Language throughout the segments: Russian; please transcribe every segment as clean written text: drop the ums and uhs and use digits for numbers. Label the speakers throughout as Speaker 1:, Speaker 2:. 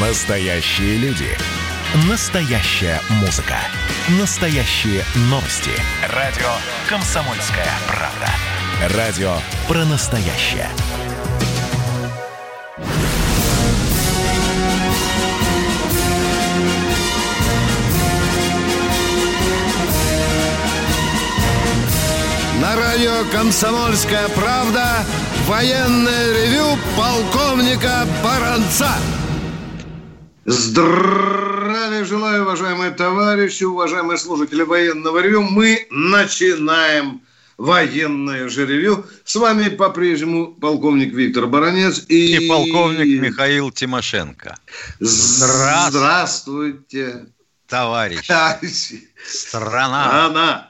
Speaker 1: Настоящие люди. Настоящая музыка. Настоящие новости. Радио «Комсомольская правда». Радио про настоящее.
Speaker 2: На радио «Комсомольская правда» военное ревю полковника Баранца. Здравия желаю, уважаемые товарищи, уважаемые слушатели военного ревю. Мы начинаем военное же ревю. С вами по-прежнему полковник Виктор Баранец
Speaker 3: и полковник Михаил Тимошенко.
Speaker 2: Здравствуйте,
Speaker 3: товарищи. Страна.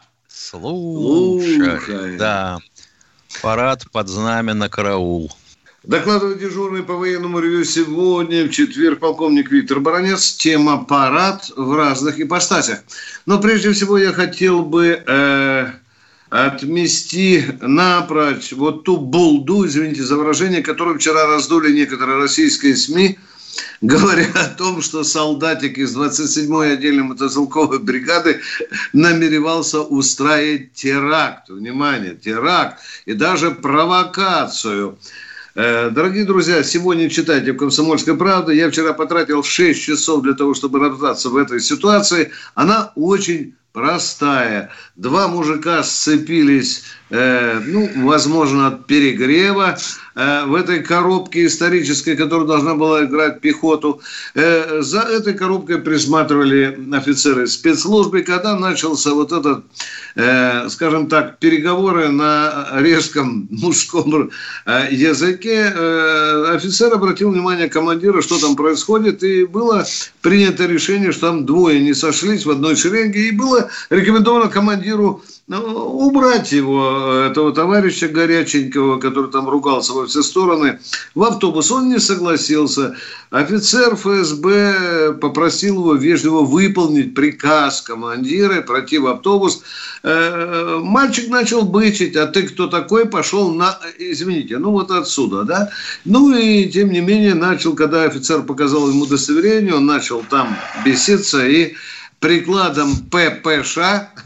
Speaker 3: Слушай. Да. Парад под знамя на караул.
Speaker 2: Докладывает дежурный по военному ревью сегодня, в четверг, полковник Виктор Баранец. Тема «Парад» в разных ипостасях. Но прежде всего я хотел бы отмести напрочь вот ту булду, извините за выражение, которую вчера раздули некоторые российские СМИ, говоря о том, что солдатик из 27-й отдельной мотострелковой бригады намеревался устраивать теракт. Внимание, теракт и даже провокацию. Дорогие друзья, сегодня читайте в «Комсомольской правде». Я вчера потратил 6 часов для того, чтобы разобраться в этой ситуации. Она очень простая. Два мужика сцепились, возможно, от перегрева в этой коробке исторической, которая должна была играть пехоту. За этой коробкой присматривали офицеры спецслужбы. Когда начался вот этот, скажем так, переговоры на резком мужском языке, офицер обратил внимание командира, что там происходит, и было принято решение, что там двое не сошлись в одной шеренге, и было рекомендовано командиру убрать его, этого товарища горяченького, который там ругался во все стороны, в автобус. Он не согласился. Офицер ФСБ попросил его вежливо выполнить приказ командира и пройти в автобус. Мальчик начал бычить: а ты кто такой? Пошел на... Извините, вот отсюда, да? И тем не менее начал, когда офицер показал ему удостоверение, он начал там беситься и прикладом ППШ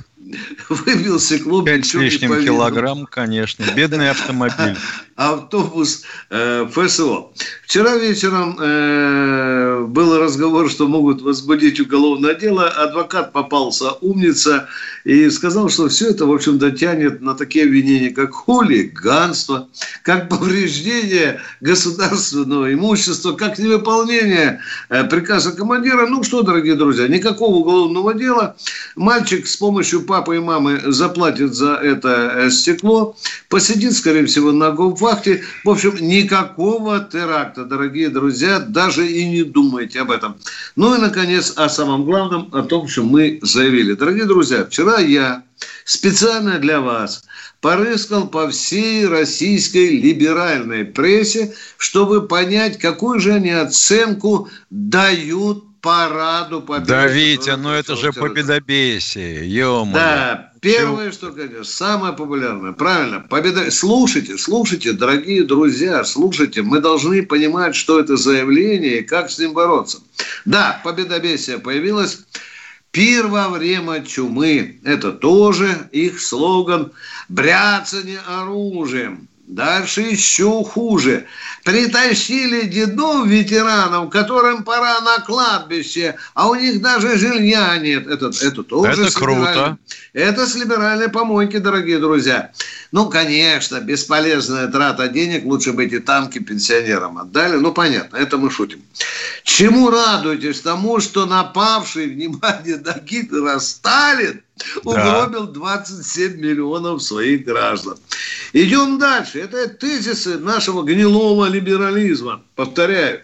Speaker 2: выбил стекло.
Speaker 3: 5 с лишним килограмм, конечно. Бедный автомобиль.
Speaker 2: Автобус ФСО. Вчера вечером был разговор, что могут возбудить уголовное дело. Адвокат попался, умница, и сказал, что все это, в общем-то, тянет на такие обвинения, как хулиганство, как повреждение государственного имущества, как невыполнение приказа командира. Что, дорогие друзья, никакого уголовного дела. Мальчик с помощью папы и мамы заплатит за это стекло, посидит, скорее всего, на гауптвахте. В общем, никакого теракта, дорогие друзья, даже и не думайте об этом. И, наконец, о самом главном, о том, что мы заявили. Дорогие друзья, вчера я специально для вас порыскал по всей российской либеральной прессе, чтобы понять, какую же они оценку дают параду победы.
Speaker 3: Да, Витя, это же победобесие, ё-моё.
Speaker 2: Да, первое, что, конечно, самое популярное, правильно, победа. Слушайте, дорогие друзья, слушайте, мы должны понимать, что это за явление и как с ним бороться. Да, победобесие появилось. Пир во время чумы. Это тоже их слоган. Бряцание оружием. Дальше еще хуже. Притащили дедов ветеранов, которым пора на кладбище, а у них даже жилья нет. Это тоже
Speaker 3: это круто.
Speaker 2: Это с либеральной помойки, дорогие друзья. Конечно, бесполезная трата денег. Лучше бы эти танки пенсионерам отдали. Понятно, это мы шутим. Чему радуетесь? Тому, что напавший, внимание, на Гитлера Сталин угробил 27 миллионов своих граждан. Идем дальше. Это тезисы нашего гнилого либерализма. Повторяю,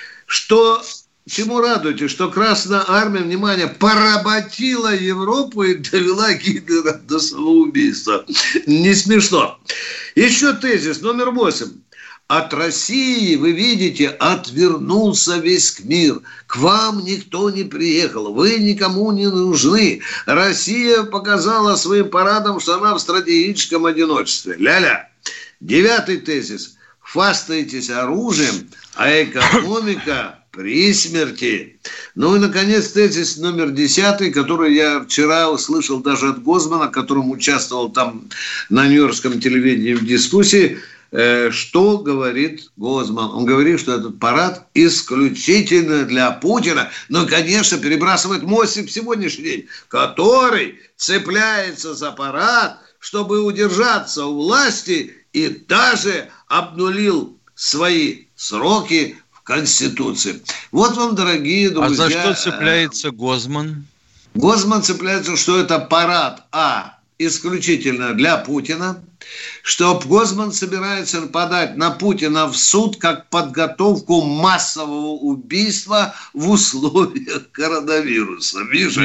Speaker 2: чему радуетесь? Что Красная Армия, внимание, поработила Европу и довела Гитлера до самоубийства. Не смешно. Еще тезис номер 8. От России, вы видите, отвернулся весь мир. К вам никто не приехал. Вы никому не нужны. Россия показала своим парадом, что она в стратегическом одиночестве. Ля-ля. 9 тезис. хвастаетесь оружием, а экономика при смерти. Ну и, наконец, тезис номер 10, который я вчера услышал даже от Гозмана, которым участвовал там на нью-йоркском телевидении в дискуссии. Что говорит Гозман? Он говорит, что этот парад исключительно для Путина. Ну и, конечно, перебрасывает мостик в сегодняшний день, который цепляется за парад, чтобы удержаться у власти, и даже обнулил свои сроки в Конституции. Вот вам, дорогие друзья.
Speaker 3: А за что цепляется Гозман?
Speaker 2: Гозман цепляется, что это парад, исключительно для Путина, что Гозман собирается подать на Путина в суд как подготовку массового убийства в условиях коронавируса. Миша,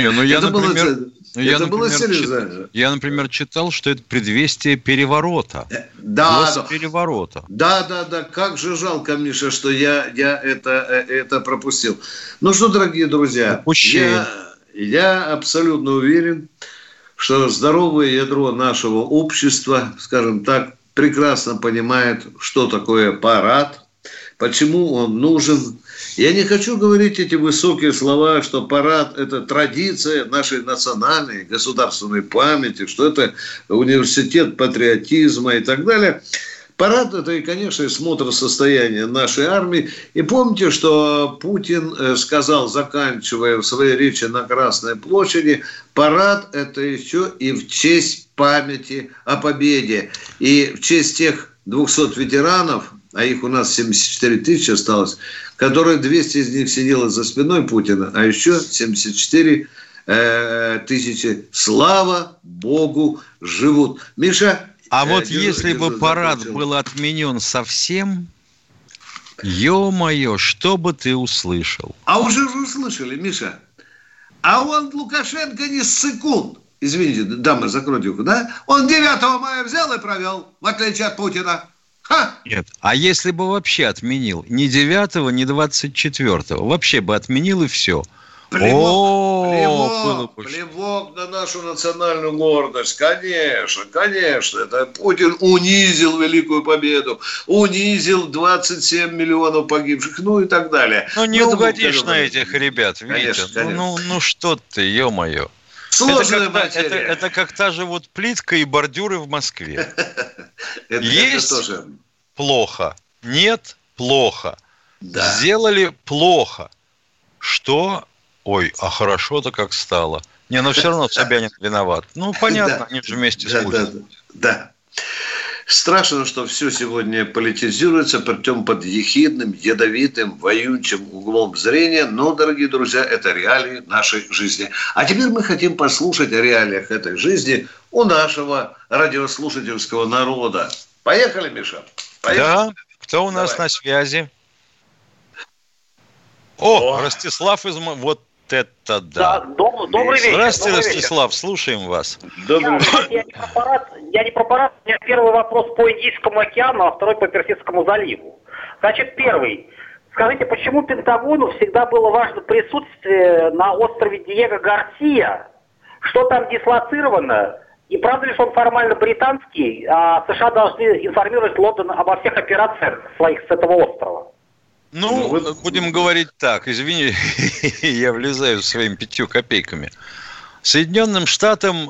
Speaker 3: я, например, читал, что это предвестие переворота.
Speaker 2: Переворота. Да. Как же жалко, Миша, что я это пропустил. Ну что, дорогие друзья, я абсолютно уверен, что здоровое ядро нашего общества, скажем так, прекрасно понимает, что такое парад, почему он нужен. Я не хочу говорить эти высокие слова, что парад – это традиция нашей национальной, государственной памяти, что это университет патриотизма и так далее. Парад – это, конечно, смотр состояния нашей армии. И помните, что Путин сказал, заканчивая в своей речи на Красной площади, парад – это еще и в честь памяти о победе. И в честь тех 200 ветеранов, а их у нас 74 тысячи осталось, которые 200 из них сидело за спиной Путина, а еще 74 тысячи, слава Богу, живут. Миша?
Speaker 3: А вот если бы парад был отменен совсем, ё-моё, что бы ты услышал?
Speaker 2: А уже услышали, Миша. А он, Лукашенко, не ссыкун. Извините, дамы, закройте ухо, да? Он 9 мая взял и провел, в отличие от Путина.
Speaker 3: Нет, а если бы вообще отменил, ни 9-го, ни 24-го, вообще бы отменил и все.
Speaker 2: Плевок на нашу национальную гордость. Конечно. Это Путин унизил Великую Победу, унизил 27 миллионов погибших, ну и так далее.
Speaker 3: Ну, не угодишь на этих ребят, Витя.
Speaker 2: Конечно.
Speaker 3: Ну что ты, ё-моё.
Speaker 2: Сложная материя.
Speaker 3: Это как та же вот плитка и бордюры в Москве. Есть
Speaker 2: тоже
Speaker 3: плохо, нет плохо.
Speaker 2: Да.
Speaker 3: Сделали плохо. Что? Ой, а хорошо-то как стало. Но все равно Собянин виноват. Ну, понятно, они же вместе с Путиным.
Speaker 2: Да. Страшно, что все сегодня политизируется, притом под ехидным, ядовитым, воючим углом зрения. Но, дорогие друзья, это реалии нашей жизни. А теперь мы хотим послушать о реалиях этой жизни у нашего радиослушательского народа. Поехали, Миша?
Speaker 3: Да, кто у нас на связи? Ростислав из... Вот это да.
Speaker 4: Добрый вечер.
Speaker 3: Здравствуйте, Ростислав, слушаем вас.
Speaker 4: Я не про парад, у меня первый вопрос по Индийскому океану, а второй по Персидскому заливу. Значит, первый. Скажите, почему Пентагону всегда было важно присутствие на острове Диего Гарсия? Что там дислоцировано? И правда ли, что он формально британский, а США должны информировать Лондон обо всех операциях своих с этого острова?
Speaker 3: Ну, будем говорить так, извини, я влезаю своими 5 копейками. Соединенным Штатам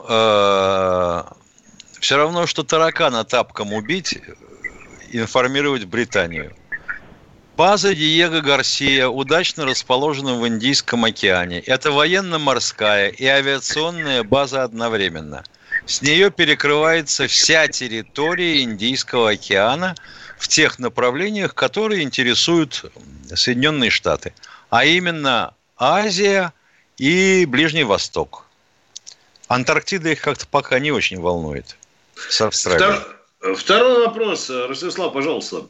Speaker 3: все равно, что таракана тапком убить, информировать Британию. База Диего Гарсия удачно расположена в Индийском океане. Это военно-морская и авиационная база одновременно. С нее перекрывается вся территория Индийского океана в тех направлениях, которые интересуют Соединенные Штаты, а именно Азия и Ближний Восток. Антарктида их как-то пока не очень волнует с Австралией.
Speaker 2: Второй вопрос, Ростислав, пожалуйста.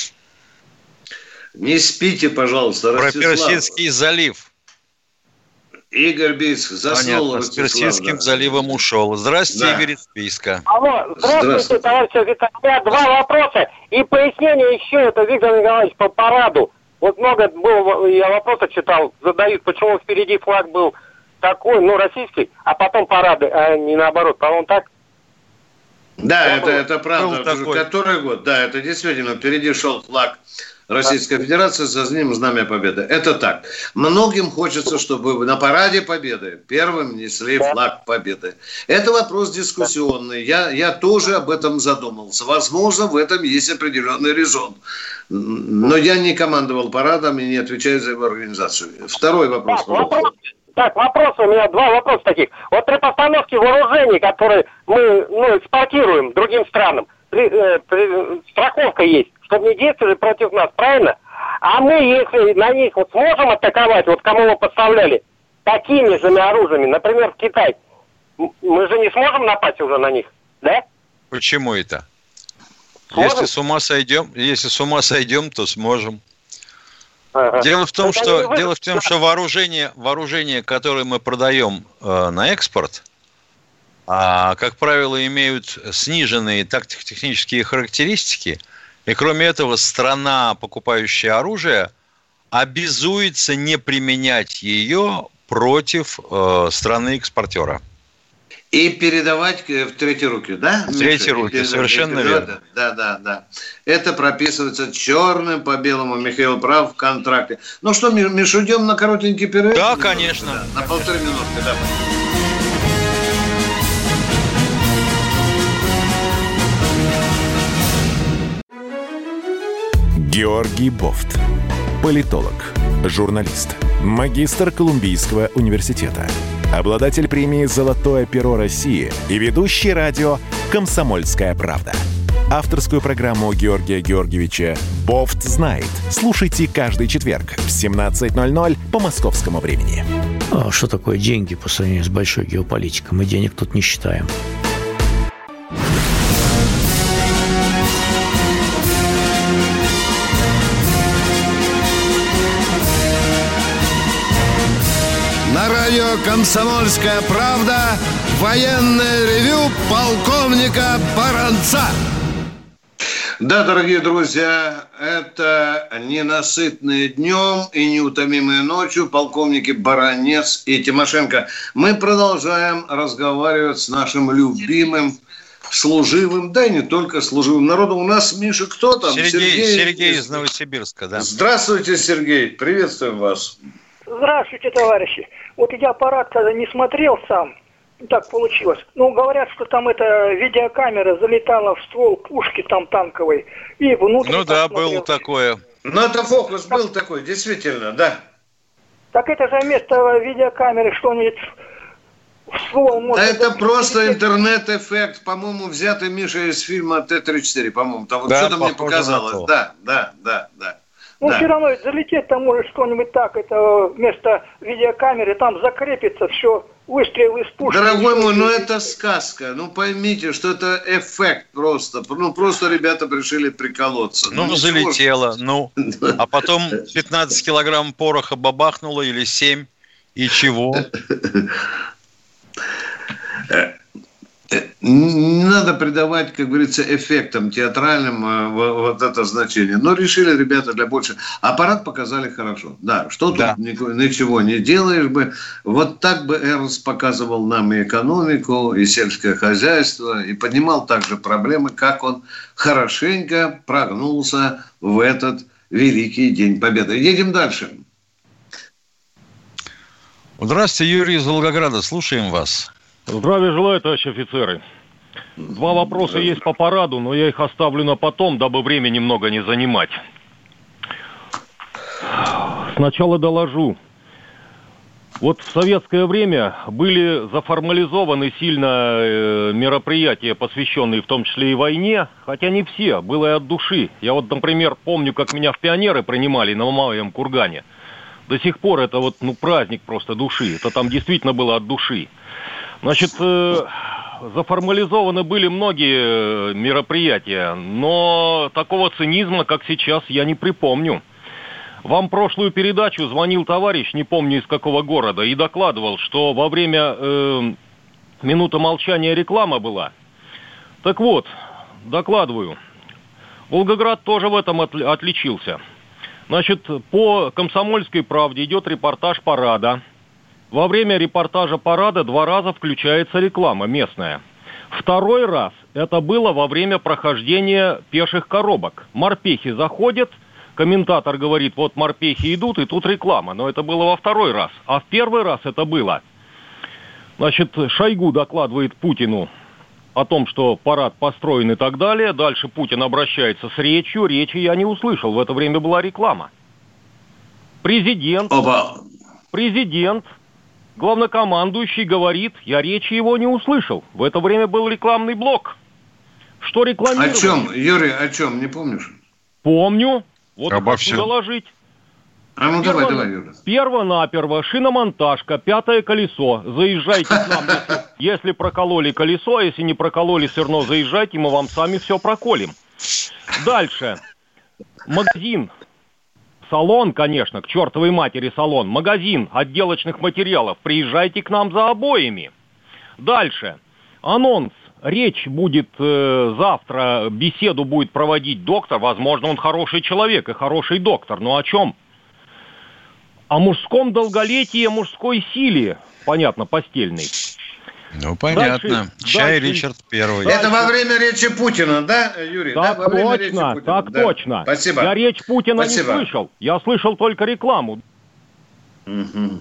Speaker 2: Не спите, пожалуйста, Ростислав.
Speaker 3: Про Персидский залив.
Speaker 2: Игорь Бийск заснул.
Speaker 3: Понятно, с Персидским заливом ушел. Здравствуйте, Игорь из Бийска.
Speaker 4: Алло, здравствуйте, товарищ Виктор. У меня 2 вопроса и пояснение еще, это Виктор Николаевич по параду. Вот много было, я вопросы читал, задают, почему впереди флаг был такой, российский, а потом парады, а не наоборот, по-моему, так?
Speaker 2: Да, это правда. Который год? Да, это действительно. Впереди шел флаг Российской Федерации, за ним Знамя Победы. Это так. Многим хочется, чтобы на параде Победы первым несли флаг Победы. Это вопрос дискуссионный. Я тоже об этом задумался. Возможно, в этом есть определенный резон. Но я не командовал парадом и не отвечаю за его организацию. Второй вопрос, пожалуйста.
Speaker 5: Вопрос у меня, два вопроса таких. Вот при постановке вооружений, которые мы экспортируем другим странам, страховка есть, чтобы не действовали против нас, правильно? А мы, если на них сможем атаковать, кому мы поставляли, такими же оружиями, например, в Китай, мы же не сможем напасть уже на них, да?
Speaker 3: Почему это?
Speaker 5: Сможем?
Speaker 3: Если с ума сойдем, то сможем. Ага. Дело в том, что вооружение, которое мы продаем на экспорт, как правило, имеют сниженные тактико-технические характеристики, и кроме этого страна, покупающая оружие, обязуется не применять ее против страны-экспортера.
Speaker 2: И передавать в третьи руки, да?
Speaker 3: В третьи руки, совершенно верно.
Speaker 2: Да. Это прописывается черным по белому, Михаил прав, в контракте. Ну что, Миш, уйдем на коротенький перерыв?
Speaker 3: Да, конечно.
Speaker 2: Да, на 1,5 минутки, да.
Speaker 1: Георгий Бофт. Политолог, журналист, магистр Колумбийского университета, обладатель премии «Золотое перо России» и ведущий радио «Комсомольская правда». Авторскую программу Георгия Георгиевича «Бофт знает». Слушайте каждый четверг в 17:00 по московскому времени.
Speaker 6: Что такое деньги по сравнению с большой геополитикой? Мы денег тут не считаем.
Speaker 2: На радио «Комсомольская правда» военное ревю полковника Баранца. Да, дорогие друзья, это ненасытные днем и неутомимые ночью полковники Баранец и Тимошенко. Мы продолжаем разговаривать с нашим любимым служивым, да и не только служивым народом. У нас, Миша, кто там?
Speaker 3: Сергей из Новосибирска, да.
Speaker 2: Здравствуйте, Сергей, приветствуем вас.
Speaker 7: Здравствуйте, товарищи. Я аппарат не смотрел сам, так получилось. Говорят, что там видеокамера залетала в ствол пушки там танковой и внутрь.
Speaker 3: Было такое.
Speaker 2: Это фокус был такой, действительно, да.
Speaker 7: Так это же вместо видеокамеры что-нибудь в ствол может...
Speaker 2: Да это просто интернет-эффект, по-моему, взятый, Миша, из фильма Т-34, по-моему. Там что-то мне показалось. Да.
Speaker 7: Все равно залететь там может что-нибудь так, это вместо видеокамеры там закрепится все, выстрел из пушки.
Speaker 2: Дорогой мой, это сказка. Поймите, что это эффект просто. Просто ребята решили приколоться.
Speaker 3: Залетело, а потом 15 килограмм пороха бабахнуло или 7, и чего?
Speaker 2: Не надо придавать, как говорится, эффектам театральным это значение. Но решили ребята для большего. Аппарат показали хорошо. Да, что тут ничего не делаешь бы. Так бы Эрнст показывал нам и экономику, и сельское хозяйство, и поднимал также проблемы, как он хорошенько прогнулся в этот великий День Победы. Едем дальше.
Speaker 3: Здравствуйте, Юрий из Волгограда. Слушаем вас.
Speaker 8: Здравия желаю, товарищи офицеры. 2 вопроса есть по параду, но я их оставлю на потом, дабы время немного не занимать. Сначала доложу. В советское время были заформализованы сильно мероприятия, посвященные в том числе и войне, хотя не все, было и от души. Я например, помню, как меня в пионеры принимали на Мамаевом кургане. До сих пор это праздник просто души, это там действительно было от души. Заформализованы были многие мероприятия, но такого цинизма, как сейчас, я не припомню. Вам прошлую передачу звонил товарищ, не помню из какого города, и докладывал, что во время минуты молчания реклама была. Так вот, докладываю. Волгоград тоже в этом отличился. По «Комсомольской правде» идет репортаж парада. Во время репортажа парада 2 раза включается реклама местная. Второй раз это было во время прохождения пеших коробок. Морпехи заходят, комментатор говорит, вот морпехи идут, и тут реклама. Но это было во второй раз. А в первый раз это было. Значит, Шойгу докладывает Путину о том, что парад построен и так далее. Дальше Путин обращается с речью. Речи я не услышал. В это время была реклама. Президент, главнокомандующий говорит, я речи его не услышал. В это время был рекламный блок. Что рекламировали?
Speaker 2: О чем, Юрий, о чем, не помнишь?
Speaker 8: Помню. Вот
Speaker 3: обо всем.
Speaker 8: доложить.
Speaker 2: А ну давай, Юра.
Speaker 8: Перво-наперво, шиномонтажка, 5-е колесо. Заезжайте к нам, если прокололи колесо, если не прокололи все равно заезжайте, мы вам сами все проколем. Дальше. Магазин. Салон, конечно, к чертовой матери салон. Магазин отделочных материалов. Приезжайте к нам за обоями. Дальше. Анонс. Речь будет завтра, беседу будет проводить доктор. Возможно, он хороший человек и хороший доктор. Но о чем? О мужском долголетии, о мужской силе. Понятно, постельной.
Speaker 3: Ну, понятно. Чай Ричард Первый.
Speaker 2: Это во время речи Путина, да, Юрий?
Speaker 8: Так
Speaker 2: да,
Speaker 8: точно, так
Speaker 2: да.
Speaker 8: точно.
Speaker 2: Спасибо.
Speaker 8: Я речь Путина
Speaker 2: Спасибо.
Speaker 8: не слышал. Я слышал только рекламу.
Speaker 2: Угу.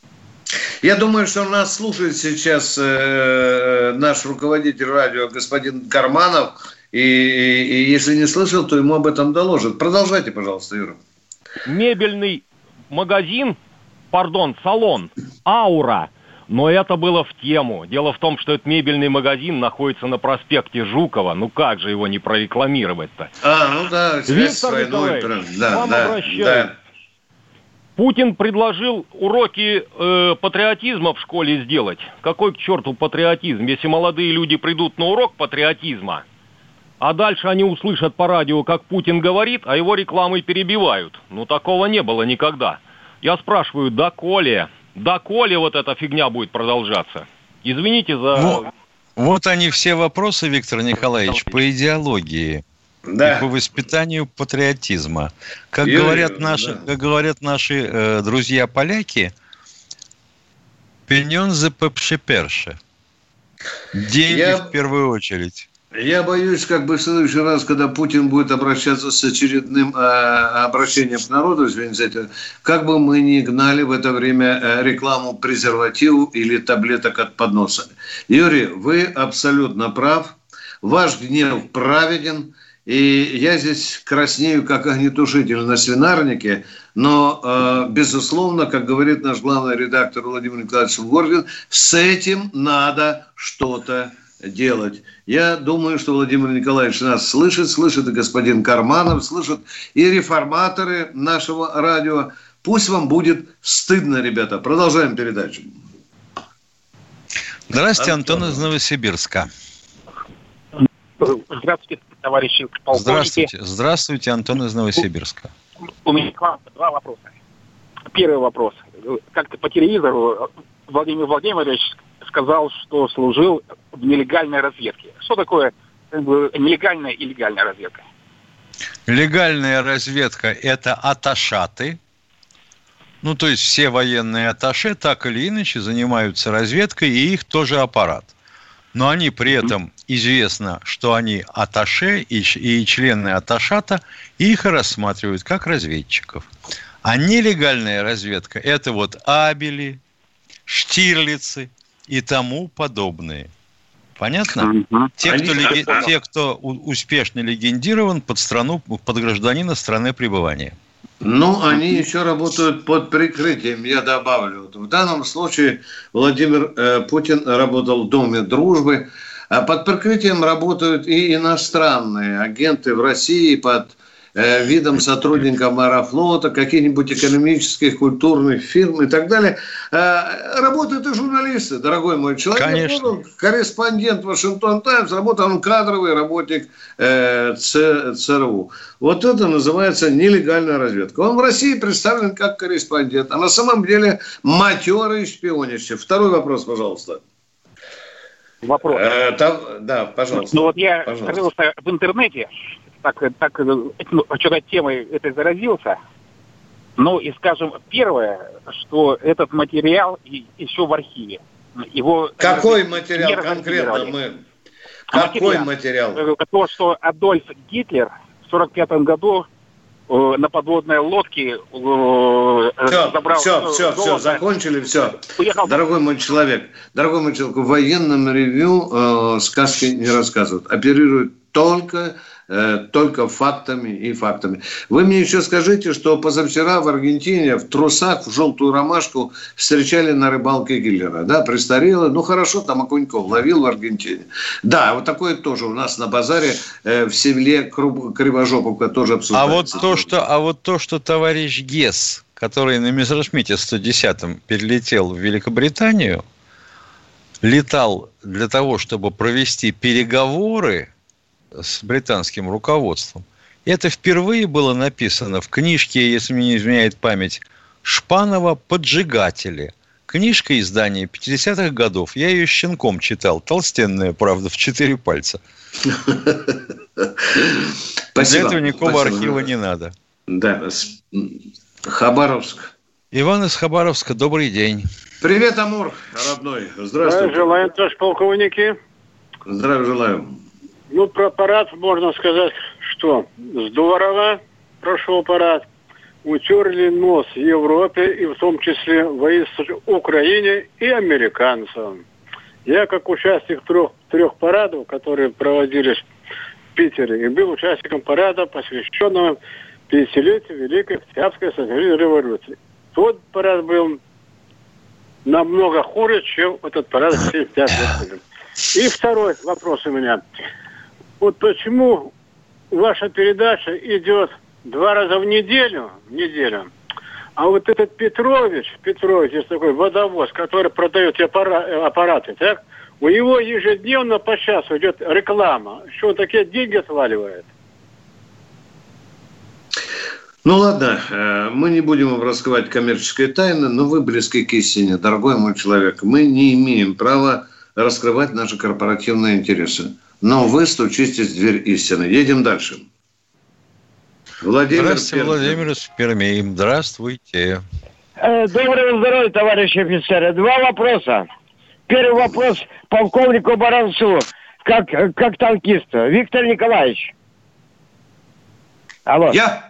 Speaker 2: Я думаю, что нас слушает сейчас наш руководитель радио, господин Карманов. И если не слышал, то ему об этом доложат. Продолжайте, пожалуйста, Юра.
Speaker 8: Мебельный магазин, салон, Аура. Но это было в тему. Дело в том, что этот мебельный магазин находится на проспекте Жукова. Ну как же его не прорекламировать-то?
Speaker 2: Ну да,
Speaker 8: Виктор Николаевич, вам обращаюсь. Да. Путин предложил уроки патриотизма в школе сделать. Какой к черту патриотизм? Если молодые люди придут на урок патриотизма, а дальше они услышат по радио, как Путин говорит, а его рекламой перебивают. Ну такого не было никогда. Я спрашиваю, доколе вот эта фигня будет продолжаться? Извините за...
Speaker 3: Вот они все вопросы, Виктор Николаевич, по идеологии. Да. И по воспитанию патриотизма. Как говорят наши друзья-поляки, пенёнзе попшеперше. Деньги в первую очередь.
Speaker 2: Я боюсь, в следующий раз, когда Путин будет обращаться с очередным обращением к народу, извините, как бы мы ни гнали в это время рекламу презервативов или таблеток от подноса. Юрий, вы абсолютно прав. Ваш гнев праведен. И я здесь краснею, как огнетушитель на свинарнике, но, безусловно, как говорит наш главный редактор Владимир Николаевич Сунгоркин, с этим надо что-то делать. Я думаю, что Владимир Николаевич нас слышит и господин Карманов слышит, и реформаторы нашего радио. Пусть вам будет стыдно, ребята. Продолжаем передачу.
Speaker 3: Здравствуйте, Антон из Новосибирска.
Speaker 9: Здравствуйте, товарищи полковники.
Speaker 3: Здравствуйте, Антон из Новосибирска.
Speaker 9: У меня к вам два вопроса. Первый вопрос. Как-то по телевизору Владимир Владимирович сказал, что служил в нелегальной разведке. Что такое нелегальная и легальная разведка?
Speaker 3: Легальная разведка – это аташаты. Ну, то есть все военные атташе так или иначе занимаются разведкой, и их тоже аппарат. Но они при этом известно, что они атташе и члены атташата, и их рассматривают как разведчиков. А нелегальная разведка – это вот Абели, Штирлицы и тому подобные. Понятно? Те, кто успешно легендирован под гражданина страны пребывания.
Speaker 2: Ну, они еще работают под прикрытием, я добавлю. В данном случае Владимир Путин работал в Доме дружбы, а под прикрытием работают и иностранные агенты в России под видом сотрудников Аэрофлота, каких-нибудь экономических, культурных фирм и так далее. Работают и журналисты, дорогой мой человек.
Speaker 3: Конечно.
Speaker 2: Корреспондент Вашингтон Таймс, работал он кадровый работник ЦРУ. Вот это называется нелегальная разведка. Он в России представлен как корреспондент, а на самом деле матерый шпионище. Второй вопрос, пожалуйста.
Speaker 9: Вопрос.
Speaker 2: Да, пожалуйста.
Speaker 9: Ну вот я скрылся в интернете, что-то темой этой заразился. Ну и, скажем, первое, что этот материал еще в архиве. Его
Speaker 2: какой материал конкретно мы... Какой материал?
Speaker 9: То, что Адольф Гитлер в 1945 году на подводной лодке забрал...
Speaker 2: Все, закончили, все. Уехал. Дорогой мой человек, в военном ревью сказки не рассказывают. Оперируют только фактами. Вы мне еще скажите, что позавчера в Аргентине в трусах в желтую ромашку встречали на рыбалке Гитлера, да, престарелый, хорошо, там окуньков ловил в Аргентине. Да, вот такое тоже у нас на базаре в селе Кривожоповка тоже обсуждается.
Speaker 3: А вот то, что товарищ Гесс, который на Мессершмитте 110-м перелетел в Великобританию, летал для того, чтобы провести переговоры с британским руководством. Это впервые было написано в книжке, если мне не изменяет память, Шпанова «Поджигатели». Книжка издания 50-х годов. Я ее щенком читал. Толстенная, правда, в 4 пальца. Для этого никакого архива не надо.
Speaker 2: Да. Хабаровск.
Speaker 3: Иван из Хабаровска, добрый день.
Speaker 2: Привет, Амур, родной. Здравствуйте.
Speaker 10: Желаю, товарищ полковники.
Speaker 2: Здравия желаю.
Speaker 10: Про парад можно сказать, что здорово прошел парад. Утерли нос Европе, и в том числе воинствующей Украине и американцам. Я, как участник трех парадов, которые проводились в Питере, и был участником парада, посвященного 50-летию Великой Октябрьской социалистической революции. Тот парад был намного хуже, чем этот парад 75 лет. И второй вопрос у меня. Вот почему ваша передача идет 2 раза в неделю, а вот этот Петрович, есть такой водовоз, который продает аппараты, так? У него ежедневно по часу идет реклама. Что он такие деньги сваливает?
Speaker 2: Ладно, мы не будем вам раскрывать коммерческие тайны, но вы близки к истине, дорогой мой человек. Мы не имеем права раскрывать наши корпоративные интересы. Но вы стучитесь в дверь истины. Едем дальше.
Speaker 3: Здравствуйте, Владимир из Перми. Здравствуйте.
Speaker 5: Доброго здоровья, товарищи офицеры. 2 вопроса. Первый вопрос полковнику Баранцу, как танкисту. Виктор Николаевич. Алло.
Speaker 2: Я.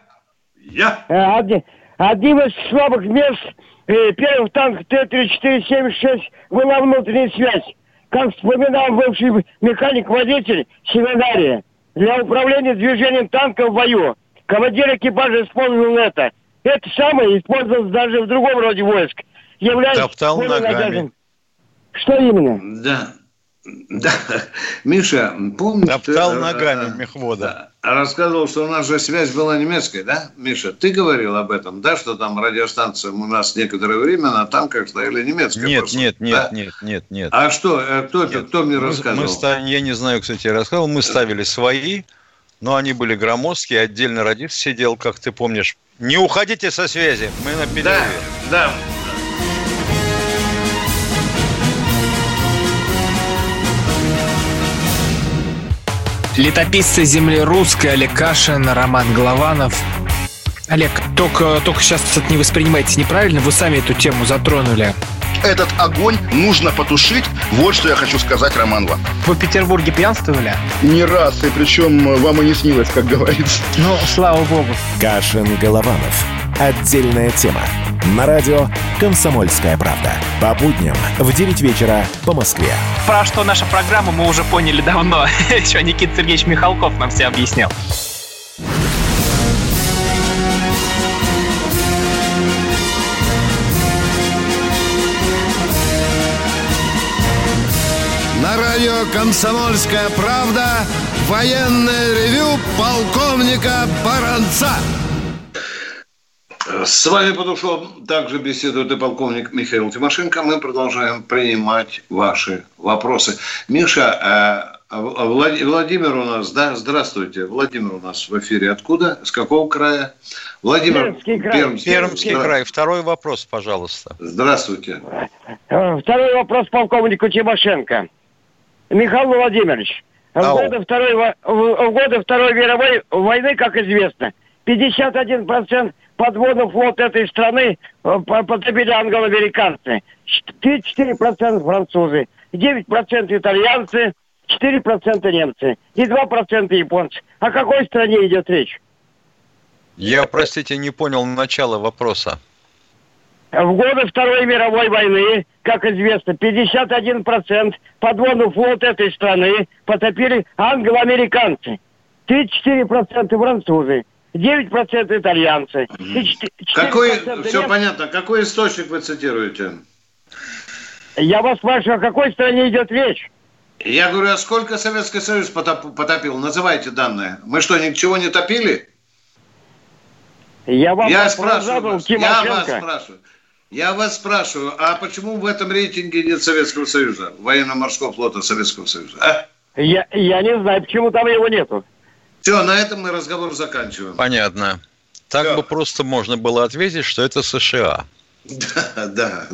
Speaker 5: Одним из слабых мест первый танк Т-34-76 была внутренняя связь. Как вспоминал бывший механик-водитель семинария, для управления движением танка в бою командир экипажа использовал это. Это самое использовалось даже в другом роде войск.
Speaker 3: Топтал ногами.
Speaker 5: Что именно?
Speaker 2: Да. Миша, помнишь...
Speaker 3: Топтал ногами мехвода.
Speaker 2: Рассказывал, что у нас же связь была немецкая, да? Миша, ты говорил об этом, да? Что там радиостанция у нас некоторое время на танках стояли немецкие.
Speaker 3: Нет.
Speaker 2: А что? Кто мне рассказывал?
Speaker 3: Я не знаю, кстати, я рассказывал. Мы ставили свои, но они были громоздкие. Отдельно радист сидел, как ты помнишь. Не уходите со связи, мы на перерыве.
Speaker 2: Да.
Speaker 11: Летописцы земли русской Олег Кашин, Роман Голованов. Олег, только сейчас это не воспринимайте неправильно, вы сами эту тему затронули.
Speaker 12: Этот огонь нужно потушить. Вот что я хочу сказать, Роман вам.
Speaker 11: Вы в Петербурге пьянствовали?
Speaker 12: Не раз, и причем вам и не снилось, как говорится.
Speaker 11: Слава богу.
Speaker 1: Кашин, Голованов. Отдельная тема. На радио «Комсомольская правда». По будням в 9 вечера по Москве.
Speaker 11: Про что наша программа, мы уже поняли давно. Еще Никита Сергеевич Михалков нам все объяснял.
Speaker 13: На радио «Комсомольская правда» военное ревю полковника Баранца.
Speaker 2: С вами по душам также беседует и полковник Михаил Тимошенко. Мы продолжаем принимать ваши вопросы. Миша, Владимир у нас, да? Здравствуйте. Владимир у нас в эфире. Откуда? С какого края? Владимир.
Speaker 3: Пермский край. Второй вопрос, пожалуйста.
Speaker 2: Здравствуйте.
Speaker 5: Второй вопрос полковнику Тимошенко. Михаил Владимирович, в годы Второй мировой войны, как известно, 51% подводный флот этой страны потребили англо-американцы, 4% французы, 9% итальянцы, 4% немцы и 2% японцы. О какой стране идет речь?
Speaker 3: Я, простите, не понял начала вопроса.
Speaker 5: В годы Второй мировой войны, как известно, 51% подводный флот этой страны потопили англо-американцы. 34% французы, 9% итальянцы.
Speaker 2: Все понятно. Какой источник вы цитируете?
Speaker 5: Я вас спрашиваю, о какой стране идет речь?
Speaker 2: Я говорю, а сколько Советский Союз потопил? Называйте данные. Мы что, ничего не топили?
Speaker 5: Я вас
Speaker 2: спрашиваю, а почему в этом рейтинге нет Советского Союза, военно-морского флота Советского Союза? А?
Speaker 5: Я не знаю, почему там его нету.
Speaker 2: Все, на этом мы разговор заканчиваем.
Speaker 3: Понятно. Так бы просто можно было ответить, что это США.
Speaker 2: Да.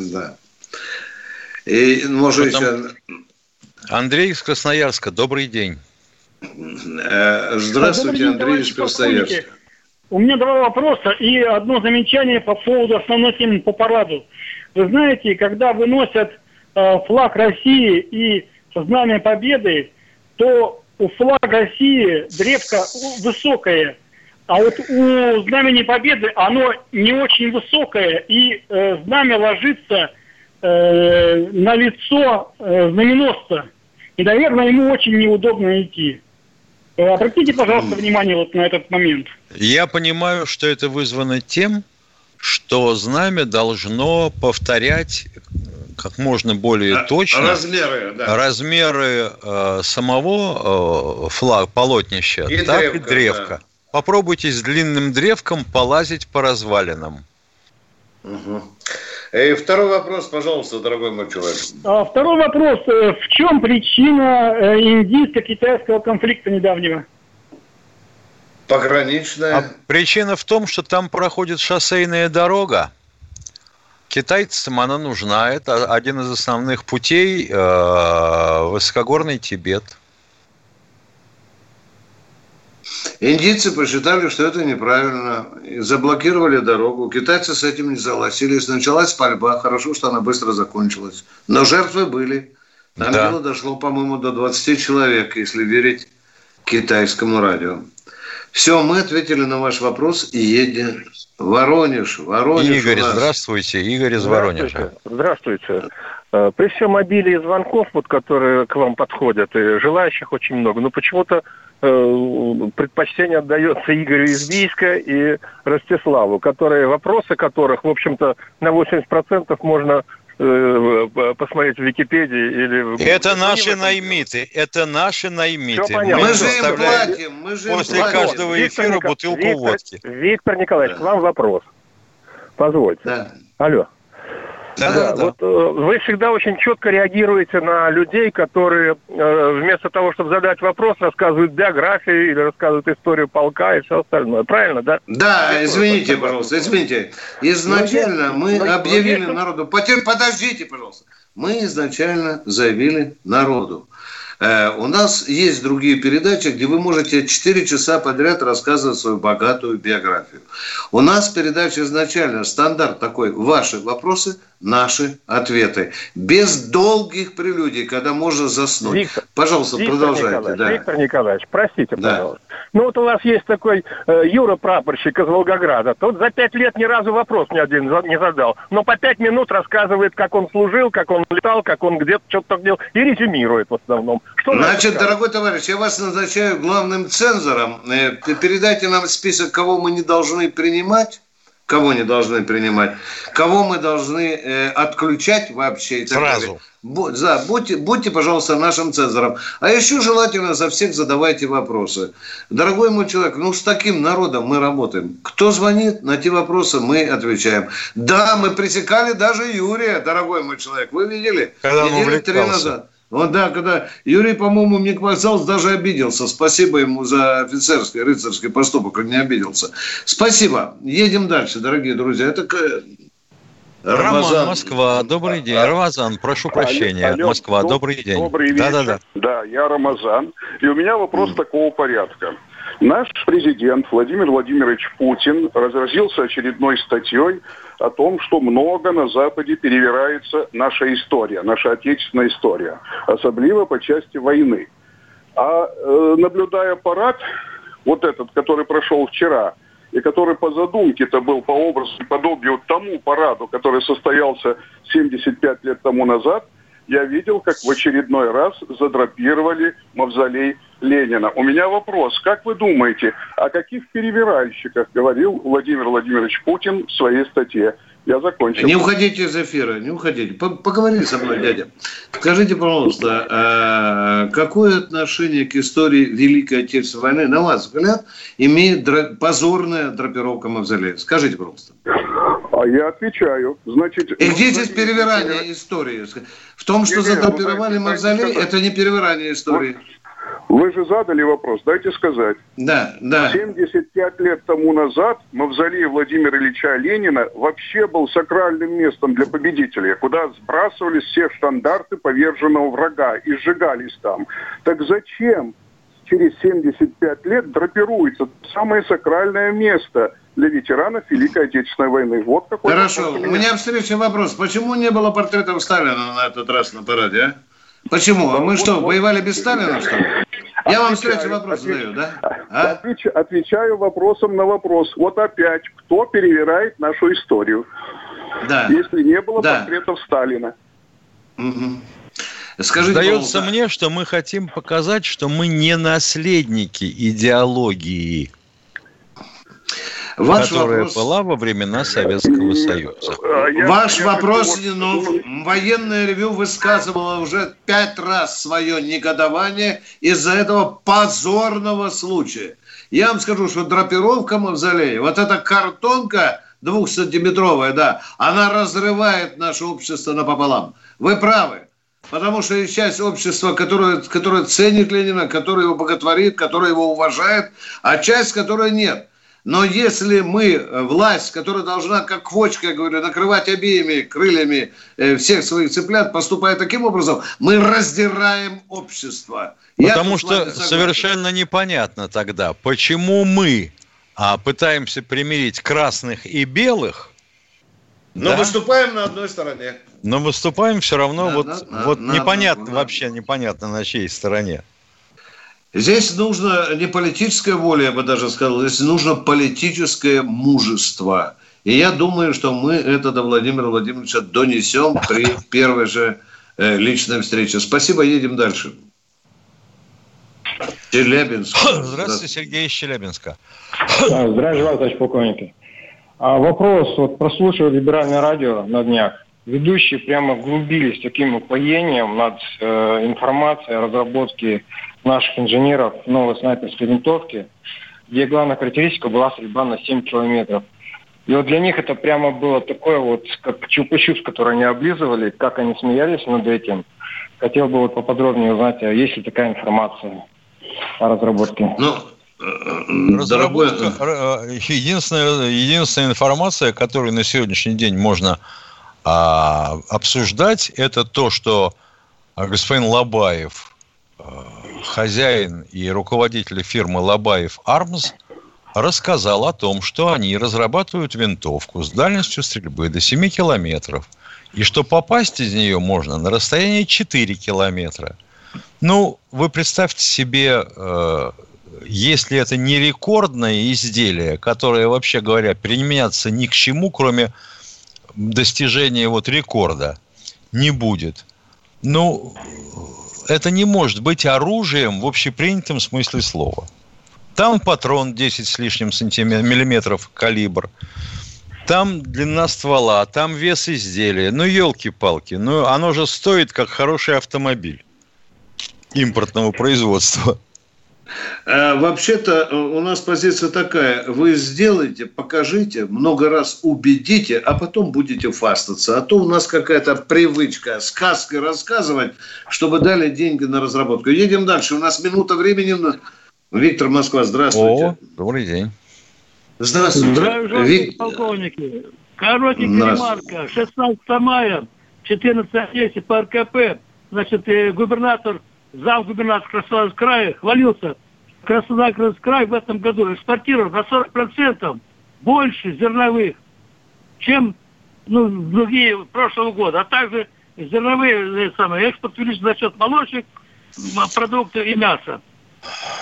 Speaker 2: И, может, еще...
Speaker 3: Андрей из Красноярска, добрый день.
Speaker 2: Здравствуйте, Андрей из Красноярска.
Speaker 14: У меня два вопроса и одно замечание по поводу основной темы по параду. Вы знаете, когда выносят флаг России и Знамя Победы, то у флага России древко высокое, а вот у Знамени Победы оно не очень высокое, и знамя ложится на лицо знаменосца. И, наверное, ему очень неудобно идти. Обратите, пожалуйста, внимание вот на этот момент.
Speaker 3: Я понимаю, что это вызвано тем, что знамя должно повторять как можно более точно размеры самого полотнища, и так древка, и древка. Да. Попробуйте с длинным древком полазить по развалинам.
Speaker 2: Угу. И второй вопрос, пожалуйста, дорогой мой человек.
Speaker 14: Второй вопрос. В чем причина индийско-китайского конфликта недавнего?
Speaker 2: Пограничная.
Speaker 3: Причина в том, что там проходит шоссейная дорога. Китайцам она нужна. Это один из основных путей высокогорный Тибет.
Speaker 2: Индийцы посчитали, что это неправильно, и заблокировали дорогу. Китайцы с этим не согласились. Началась пальба. Хорошо, что она быстро закончилась. Но жертвы были. Там дело дошло, по-моему, до 20 человек, если верить китайскому радио. Все, мы ответили на ваш вопрос и едем в Воронеж.
Speaker 3: Игорь, здравствуйте. Игорь из Воронежа.
Speaker 15: Здравствуйте. При всем обилии звонков, которые к вам подходят, и желающих очень много, но почему-то предпочтение отдается Игорю из Бийска и Ростиславу, вопросы которых, в общем-то, на 80% можно посмотреть в Википедии или в Google.
Speaker 3: Это наши наймиты.
Speaker 2: Мы же им платим.
Speaker 3: После каждого эфира бутылку водки.
Speaker 15: Виктор Николаевич, к вам вопрос. Позвольте.
Speaker 2: Да.
Speaker 15: Алло. Да. Вот вы всегда очень четко реагируете на людей, которые вместо того, чтобы задать вопрос, рассказывают биографию или рассказывают историю полка и все остальное. Правильно, да?
Speaker 2: Да, извините, пожалуйста, извините. Изначально мы объявили народу... Подождите, пожалуйста. Мы изначально заявили народу. У нас есть другие передачи, где вы можете 4 часа подряд рассказывать свою богатую биографию. У нас передача изначально, стандарт такой: ваши вопросы, наши ответы. Без долгих прелюдий, когда можно заснуть. Пожалуйста, продолжайте.
Speaker 15: Виктор Николаевич, простите, пожалуйста. Ну вот у нас есть такой Юра прапорщик из Волгограда. Тот за 5 лет ни разу вопрос ни один не задал. Но по 5 минут рассказывает, как он служил, как он летал, как он где-то что-то делал. И резюмирует в основном.
Speaker 2: Значит, дорогой товарищ, я вас назначаю главным цензором. Передайте нам список, кого мы не должны принимать. Кого не должны принимать, кого мы должны отключать вообще. И так
Speaker 3: сразу.
Speaker 2: Да, будьте, пожалуйста, нашим цензором. А еще желательно за всех задавайте вопросы. Дорогой мой человек, с таким народом мы работаем. Кто звонит, на те вопросы мы отвечаем. Да, мы пресекали даже Юрия, дорогой мой человек. Вы видели?
Speaker 3: Когда он увлекался.
Speaker 2: 3 назад. Вот да, когда Юрий, по-моему, мне казалось, даже обиделся. Спасибо ему за офицерский, рыцарский поступок, он не обиделся. Спасибо. Едем дальше, дорогие друзья. Это
Speaker 3: Роман, Москва, добрый день. Рамазан, прошу прощения.
Speaker 16: Алло,
Speaker 3: Москва, добрый день.
Speaker 16: Добрый вечер. Да, я Рамазан. И у меня вопрос такого порядка. Наш президент Владимир Владимирович Путин разразился очередной статьей о том, что много на Западе перевирается наша история, наша отечественная история, особливо по части войны. А наблюдая парад, вот этот, который прошел вчера, и который по задумке-то был по образу и подобию тому параду, который состоялся 75 лет тому назад, я видел, как в очередной раз задрапировали мавзолей Ленина. У меня вопрос. Как вы думаете, о каких перевиральщиках говорил Владимир Владимирович Путин в своей статье? Я закончил.
Speaker 2: Не уходите из эфира, не уходите. Поговорите со мной, дядя. Скажите, пожалуйста, какое отношение к истории Великой Отечественной войны, на ваш взгляд, имеет позорная драпировка мавзолея? Скажите, пожалуйста.
Speaker 16: А я отвечаю. Значит,
Speaker 2: и где здесь перевирание истории? В том, что задрапировали мавзолей, это не перевирание истории.
Speaker 16: Вы же задали вопрос, дайте сказать.
Speaker 2: Да.
Speaker 16: 75 лет тому назад мавзолей Владимира Ильича Ленина вообще был сакральным местом для победителей, куда сбрасывались все штандарты поверженного врага и сжигались там. Так зачем через 75 лет драпируется самое сакральное место для ветеранов Великой Отечественной войны? Вот какой.
Speaker 2: Хорошо, у меня встречный вопрос. Почему не было портретов Сталина на этот раз на параде, а? Почему? А мы что, воевали без Сталина, что ли? Я вам встречный вопрос задаю, да?
Speaker 16: Отвечаю вопросом на вопрос. Вот опять, кто перевирает нашу историю?
Speaker 2: Да.
Speaker 16: Если не было портретов Сталина.
Speaker 2: Угу. Скажите,
Speaker 3: сдается мне, что мы хотим показать, что мы не наследники идеологии, которая была во времена Советского Союза.
Speaker 2: Ваш вопрос, военное ревю высказывало уже 5 раз свое негодование из-за этого позорного случая. Я вам скажу, что драпировка мавзолея, вот эта картонка 2-сантиметровая, да, она разрывает наше общество напополам. Вы правы. Потому что есть часть общества, которая ценит Ленина, которая его боготворит, которая его уважает, а часть, которая нет. Но если мы, власть, которая должна, как квочка, я говорю, накрывать обеими крыльями всех своих цыплят, поступая таким образом, мы раздираем общество.
Speaker 3: Потому что совершенно непонятно тогда, почему мы пытаемся примирить красных и белых.
Speaker 2: Но выступаем на одной стороне.
Speaker 3: Но выступаем все равно непонятно на чьей стороне.
Speaker 2: Здесь нужно не политическая воля, я бы даже сказал, здесь нужно политическое мужество. И я думаю, что мы это до Владимира Владимировича донесем при первой же личной встрече. Спасибо, едем дальше. Челябинск.
Speaker 3: Здравствуйте, Сергей из Челябинска.
Speaker 17: Здравия желаю, товарищ полковник. Вопрос. Вот прослушал либеральное радио на днях. Ведущие прямо углубились таким упоением над информацией о разработке наших инженеров новой снайперской винтовки, где главная характеристика была стрельба на 7 километров. И вот для них это прямо было такое вот, как чупа-чупс, который они облизывали, как они смеялись над этим. Хотел бы вот поподробнее узнать, есть ли такая информация о разработке.
Speaker 3: Единственная информация, которую на сегодняшний день можно обсуждать, это то, что господин Лобаев, хозяин и руководитель фирмы Лобаев Армс, рассказал о том, что они разрабатывают винтовку с дальностью стрельбы до 7 километров, и что попасть из нее можно на расстояние 4 километра. Ну, вы представьте себе, если это не рекордное изделие, которое, вообще говоря, применяться ни к чему, кроме достижения рекорда, не будет. Ну, это не может быть оружием в общепринятом смысле слова. Там патрон 10 с лишним миллиметров калибр, там длина ствола, там вес изделия. Ну, елки-палки, оно же стоит как хороший автомобиль импортного производства.
Speaker 2: Вообще-то у нас позиция такая: вы сделайте, покажите, много раз убедите, а потом будете фастаться. А то у нас какая-то привычка сказки рассказывать, чтобы дали деньги на разработку. Едем дальше. У нас минута времени. Виктор, Москва, здравствуйте.
Speaker 3: Добрый день.
Speaker 2: Здравствуйте.
Speaker 18: Здравствуйте, полковники. Коротенькая ремарка. 16 мая, 14:10 по РКП, значит, замгубернатор Краснодарского края хвалился. Краснодарский край в этом году экспортировал на 40% больше зерновых, чем другие прошлого года. А также зерновые экспорт увеличен за счет молочек, продуктов и мяса.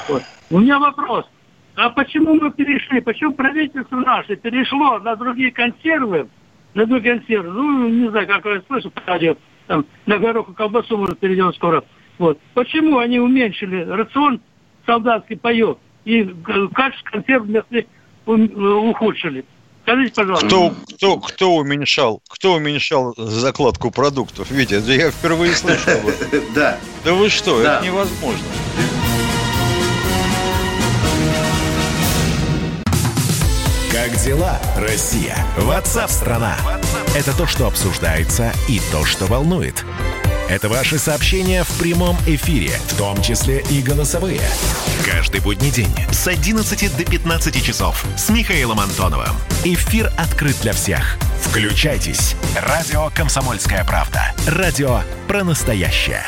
Speaker 18: Вот. У меня вопрос. А почему мы перешли? Почему правительство наше перешло на другие консервы? Ну, не знаю, как я слышу по радио, там, на гороху колбасу, может, перейдем скоро. Вот. Почему они уменьшили рацион солдатский паёк и качество консервных ухудшили? Скажите, пожалуйста.
Speaker 3: Кто уменьшал закладку продуктов? Витя, это я впервые слышу об этом.
Speaker 2: Да.
Speaker 3: Да вы что, это невозможно.
Speaker 1: Как дела, Россия? WhatsApp-страна! Это то, что обсуждается и то, что волнует. Это ваши сообщения в прямом эфире, в том числе и голосовые. Каждый будний день с 11 до 15 часов с Михаилом Антоновым. Эфир открыт для всех. Включайтесь. Радио «Комсомольская правда». Радио про настоящее.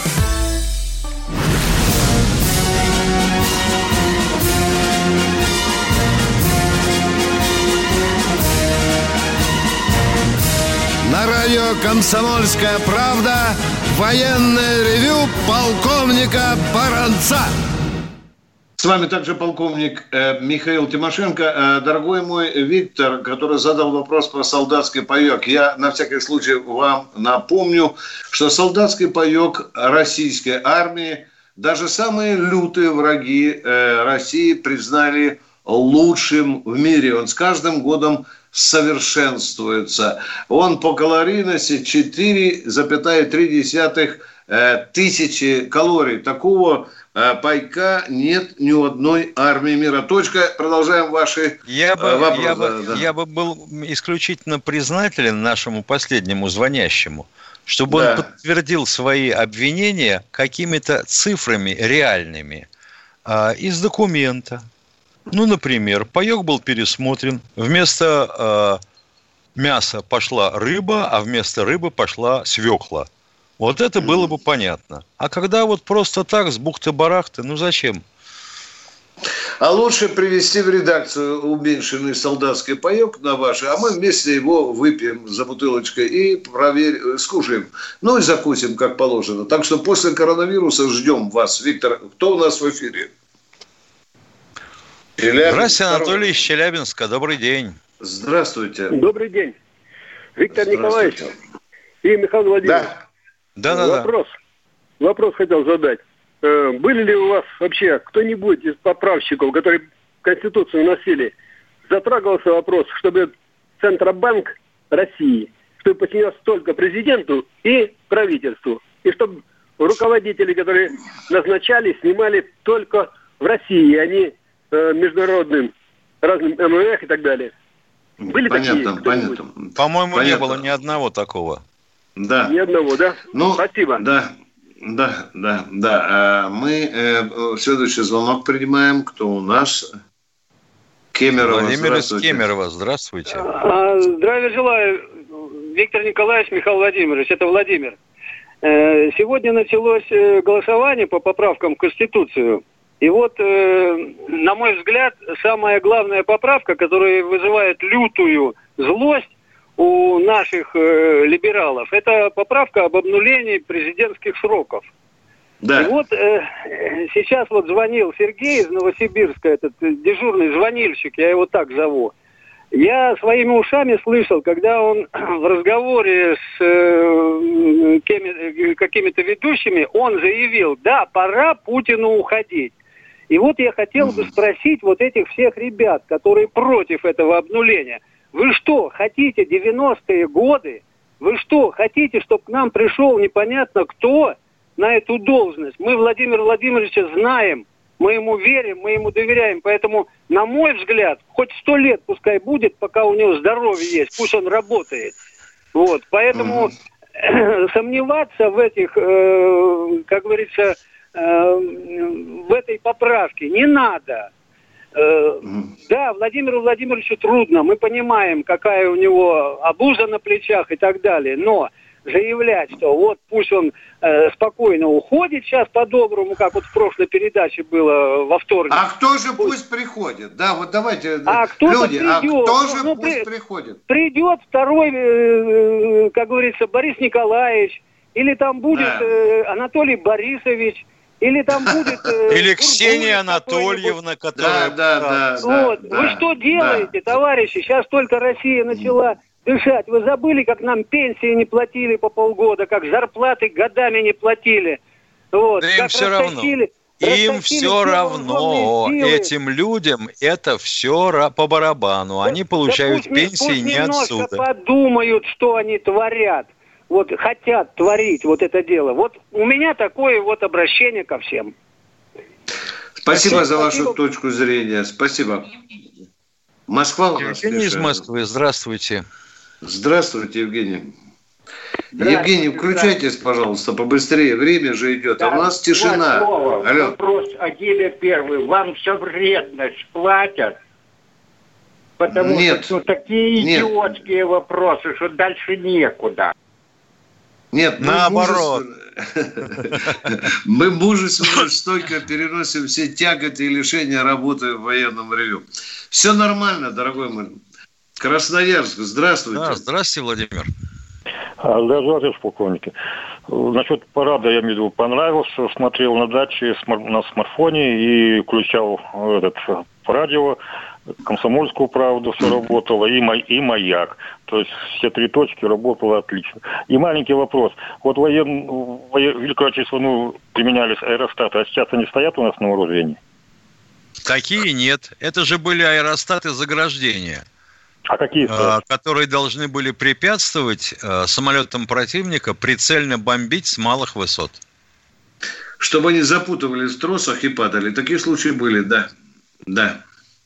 Speaker 13: На радио «Комсомольская правда» военное ревю полковника Баранца.
Speaker 2: С вами также полковник Михаил Тимошенко. Дорогой мой Виктор, который задал вопрос про солдатский паёк, я на всякий случай вам напомню, что солдатский паёк российской армии даже самые лютые враги России признали лучшим в мире. Он с каждым годом совершенствуется. Он по калорийности 4,3 тысячи калорий. Такого пайка нет ни у одной армии мира. Точка. Продолжаем ваши вопросы.
Speaker 3: Я бы был исключительно признателен нашему последнему звонящему, чтобы он подтвердил свои обвинения какими-то цифрами реальными из документа. Ну, например, паёк был пересмотрен. Вместо мяса пошла рыба, а вместо рыбы пошла свекла. Вот это было бы понятно. А когда вот просто так, с бухты-барахты, ну зачем?
Speaker 2: А лучше привезти в редакцию уменьшенный солдатский паёк на ваши, а мы вместе его выпьем за бутылочкой и скушаем. Ну и закусим, как положено. Так что после коронавируса ждем вас. Виктор, кто у нас в эфире?
Speaker 3: Здравствуйте, Анатолий из Челябинска. Добрый день.
Speaker 2: Здравствуйте.
Speaker 19: Добрый день. Виктор Николаевич и Михаил Владимирович.
Speaker 3: Да.
Speaker 19: Вопрос хотел задать. Были ли у вас вообще кто-нибудь из поправщиков, которые Конституцию носили, затрагивался вопрос, чтобы Центробанк России, чтобы подчинялся только президенту и правительству, и чтобы руководители, которые назначали, снимали только в России, а не международным, разным МВФ и так далее. Были
Speaker 2: понятно,
Speaker 19: такие?
Speaker 2: Понятно.
Speaker 3: По-моему, не было ни одного такого.
Speaker 2: Да.
Speaker 19: Ни одного, да?
Speaker 2: Ну,
Speaker 19: спасибо.
Speaker 2: Да. Мы следующий звонок принимаем. Кто у нас? Кемерово.
Speaker 3: Владимир из Кемерово. Здравствуйте.
Speaker 20: Здравия желаю, Виктор Николаевич, Михаил Владимирович. Это Владимир. Сегодня началось голосование по поправкам в Конституцию. И вот, на мой взгляд, самая главная поправка, которая вызывает лютую злость у наших либералов, это поправка об обнулении президентских сроков. Да. И вот сейчас вот звонил Сергей из Новосибирска, этот дежурный звонильщик, я его так зову. Я своими ушами слышал, когда он в разговоре с какими-то ведущими, он заявил, да, пора Путину уходить. И вот я хотел бы спросить вот этих всех ребят, которые против этого обнуления. Вы что, хотите 90-е годы? Вы что, хотите, чтобы к нам пришел непонятно кто на эту должность? Мы Владимира Владимировича знаем, мы ему верим, мы ему доверяем. Поэтому, на мой взгляд, хоть 100 лет пускай будет, пока у него здоровье есть, пусть он работает. Вот, поэтому сомневаться в этих, как говорится, в этой поправке не надо. Да, Владимиру Владимировичу трудно, мы понимаем, какая у него обуза на плечах и так далее, но заявлять, что вот пусть он спокойно уходит сейчас по-доброму, как вот в прошлой передаче было во вторник.
Speaker 2: А кто же пусть приходит? Да, вот давайте,
Speaker 20: люди,
Speaker 2: кто же пусть приходит?
Speaker 20: Придет второй, как говорится, Борис Николаевич, или там будет Анатолий Борисович, Или там будет...
Speaker 3: Или Ксения Анатольевна, которая...
Speaker 20: Вы что делаете, товарищи? Сейчас только Россия начала дышать. Вы забыли, как нам пенсии не платили по полгода, как зарплаты годами не не вот,
Speaker 3: да им все равно. Им все равно. Этим людям это все по барабану. Они получают пенсии не отсюда.
Speaker 20: Подумают, что они творят. Вот хотят творить вот это дело. Вот у меня такое вот обращение ко всем.
Speaker 2: Спасибо за вашу точку зрения. Спасибо. Москва у нас.
Speaker 3: Евгений из Москвы. Здравствуйте.
Speaker 2: Здравствуйте, Евгений. Евгений, включайтесь, пожалуйста, побыстрее. Время же идет, а у нас тишина.
Speaker 21: Алло. Вопрос о деле первый. Вам все вредность платят? Потому что такие идиотские вопросы, что дальше некуда.
Speaker 2: Нет,
Speaker 3: наоборот.
Speaker 2: Мы мужественно стойко переносим все тяготы и лишения работы в военном ревью. Все нормально, дорогой мой. Красноярск, здравствуйте.
Speaker 22: Да, здравствуйте, Владимир.
Speaker 23: Здравствуйте, полковники. Насчет парада, я имею в виду, понравился. Смотрел на даче на смартфоне и включал по радио. Комсомольскую правду все работало, и маяк. То есть все три точки работало отлично. И маленький вопрос. Вот Великую Отечественную применялись аэростаты, а сейчас они стоят у нас на вооружении?
Speaker 3: Такие нет. Это же были аэростаты заграждения.
Speaker 23: А какие?
Speaker 3: Которые должны были препятствовать самолетам противника прицельно бомбить с малых высот.
Speaker 2: Чтобы они запутывались в тросах и падали. Такие случаи были, да. Да.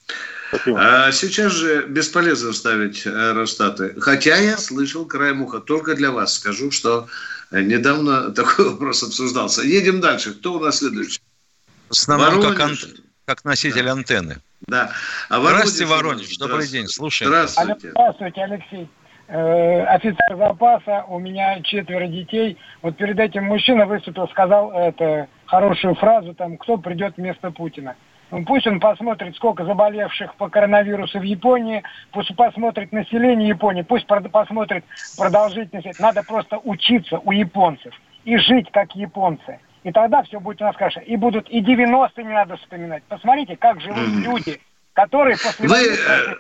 Speaker 2: А сейчас же бесполезно ставить аэростаты. Хотя я слышал краем уха, только для вас скажу, что недавно такой вопрос обсуждался. Едем дальше. Кто у нас следующий?
Speaker 3: Основном как носитель антенны.
Speaker 2: Да.
Speaker 3: Здравствуйте, Воронеж. Добрый день. Слушаем.
Speaker 24: Здравствуйте, Алексей. Офицер запаса, у меня 4 детей. Вот перед этим мужчина выступил, сказал хорошую фразу, кто придет вместо Путина. Пусть он посмотрит, сколько заболевших по коронавирусу в Японии, пусть посмотрит население Японии, пусть посмотрит продолжительность. Надо просто учиться у японцев и жить как японцы. И тогда все будет у нас хорошо. И будут и 90-е не надо вспоминать. Посмотрите, как живут люди, которые после войны...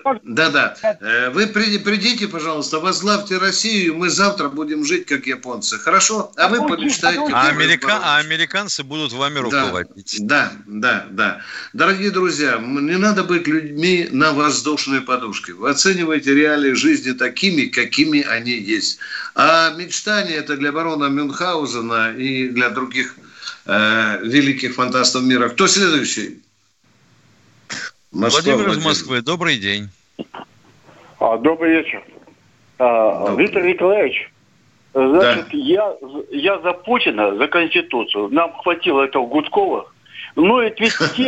Speaker 2: Вы придите, пожалуйста, возглавьте Россию, и мы завтра будем жить как японцы. Хорошо? А вы помечтайте.
Speaker 3: А американцы будут вами руководить.
Speaker 2: Да. Дорогие друзья, не надо быть людьми на воздушной подушке. Вы оцениваете реалии жизни такими, какими они есть. А мечтания это для барона Мюнхгаузена и для других великих фантастов мира. Кто следующий?
Speaker 3: Владимир из Москвы, добрый день.
Speaker 21: Добрый вечер. Виктор Николаевич, значит, я за Путина, за Конституцию. Нам хватило этого Гудкова. Но ведь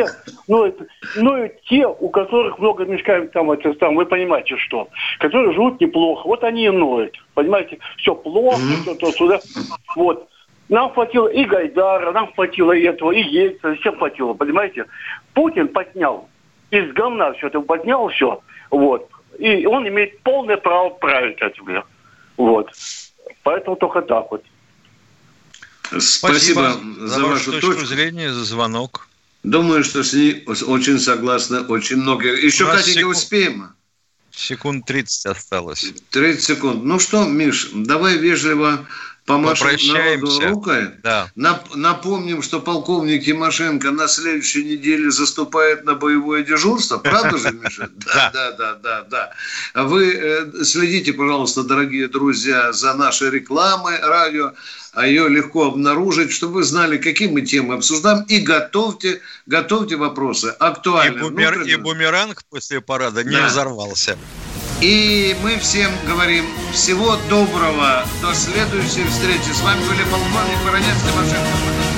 Speaker 21: те, у которых много мешкают вы понимаете, что, которые живут неплохо, вот они и ноют. Понимаете, все плохо, все то сюда. Вот. Нам хватило и Гайдара, нам хватило и этого, и Ельцина, всем хватило, понимаете. Путин поднял. Из говна все это поднял, все. Вот. И он имеет полное право править этим. Вот. Поэтому только так вот.
Speaker 2: Спасибо за вашу точку
Speaker 3: зрения, за звонок.
Speaker 2: Думаю, что с ней очень согласны очень многие. Еще, Катенька, успеем?
Speaker 3: Секунд 30 осталось.
Speaker 2: 30 секунд. Ну что, Миш, давай вежливо помашем народу рукой.
Speaker 3: Да.
Speaker 2: Напомним, что полковник Тимошенко на следующей неделе заступает на боевое дежурство. Правда же, Миша? Да. Вы следите, пожалуйста, дорогие друзья, за нашей рекламой радио. А ее легко обнаружить, чтобы вы знали, какие мы темы обсуждаем. И готовьте вопросы актуальные.
Speaker 3: И бумеранг после парада не взорвался.
Speaker 2: И мы всем говорим всего доброго. До следующей встречи. С вами были полковник Воронец, Тимошенко.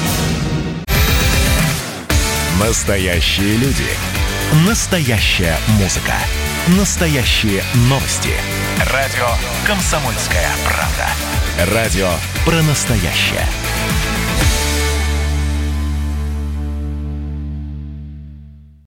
Speaker 1: Настоящие люди. Настоящая музыка. Настоящие новости. Радио «Комсомольская правда». Радио про настоящее.